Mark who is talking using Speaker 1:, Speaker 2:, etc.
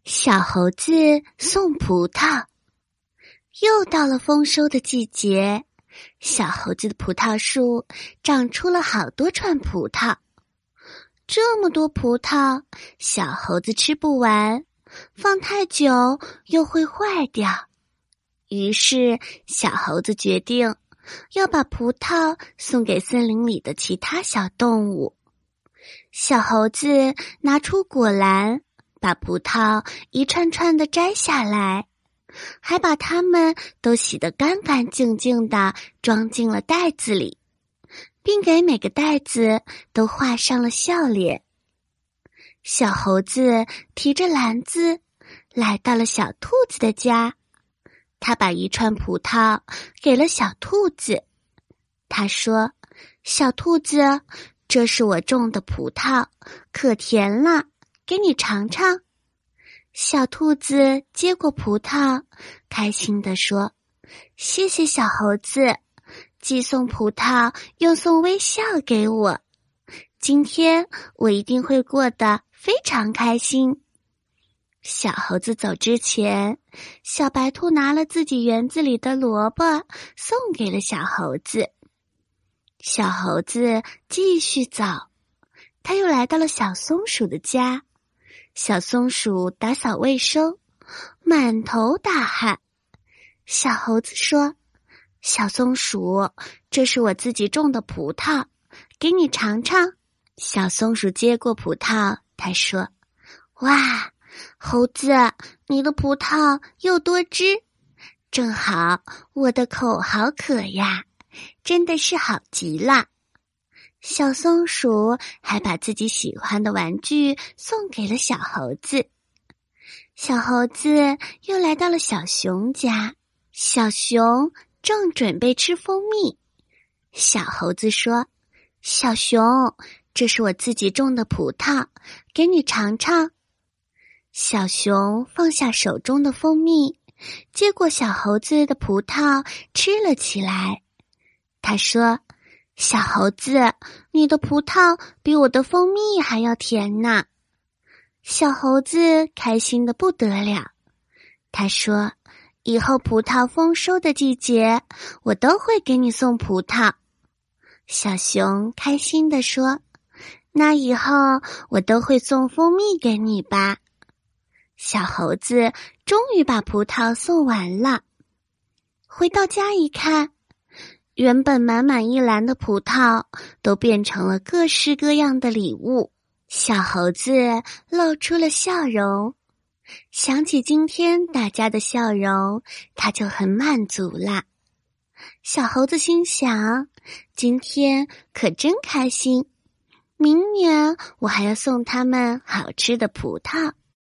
Speaker 1: 小猴子送葡萄。又到了丰收的季节，小猴子的葡萄树长出了好多串葡萄。这么多葡萄，小猴子吃不完，放太久又会坏掉。于是，小猴子决定要把葡萄送给森林里的其他小动物。小猴子拿出果篮，把葡萄一串串的摘下来，还把它们都洗得干干净净的装进了袋子里，并给每个袋子都画上了笑脸。小猴子提着篮子来到了小兔子的家，他把一串葡萄给了小兔子。他说：“小兔子，这是我种的葡萄，可甜了，给你尝尝。”小兔子接过葡萄，开心地说：“谢谢小猴子，既送葡萄又送微笑给我。今天我一定会过得非常开心。”小猴子走之前，小白兔拿了自己园子里的萝卜送给了小猴子。小猴子继续走，他又来到了小松鼠的家。小松鼠打扫卫生，满头大汗。小猴子说：“小松鼠，这是我自己种的葡萄，给你尝尝。”小松鼠接过葡萄，他说：“哇，猴子，你的葡萄又多汁，正好我的口好渴呀，真的是好极了。”小松鼠还把自己喜欢的玩具送给了小猴子。小猴子又来到了小熊家，小熊正准备吃蜂蜜。小猴子说：“小熊，这是我自己种的葡萄，给你尝尝。”小熊放下手中的蜂蜜，接过小猴子的葡萄吃了起来。他说：“小猴子，你的葡萄比我的蜂蜜还要甜呢。”小猴子开心得不得了。他说：“以后葡萄丰收的季节，我都会给你送葡萄。”小熊开心地说：“那以后我都会送蜂蜜给你吧。”小猴子终于把葡萄送完了。回到家一看，原本满满一篮的葡萄都变成了各式各样的礼物。小猴子露出了笑容，想起今天大家的笑容，他就很满足了。小猴子心想，今天可真开心，明年我还要送他们好吃的葡萄。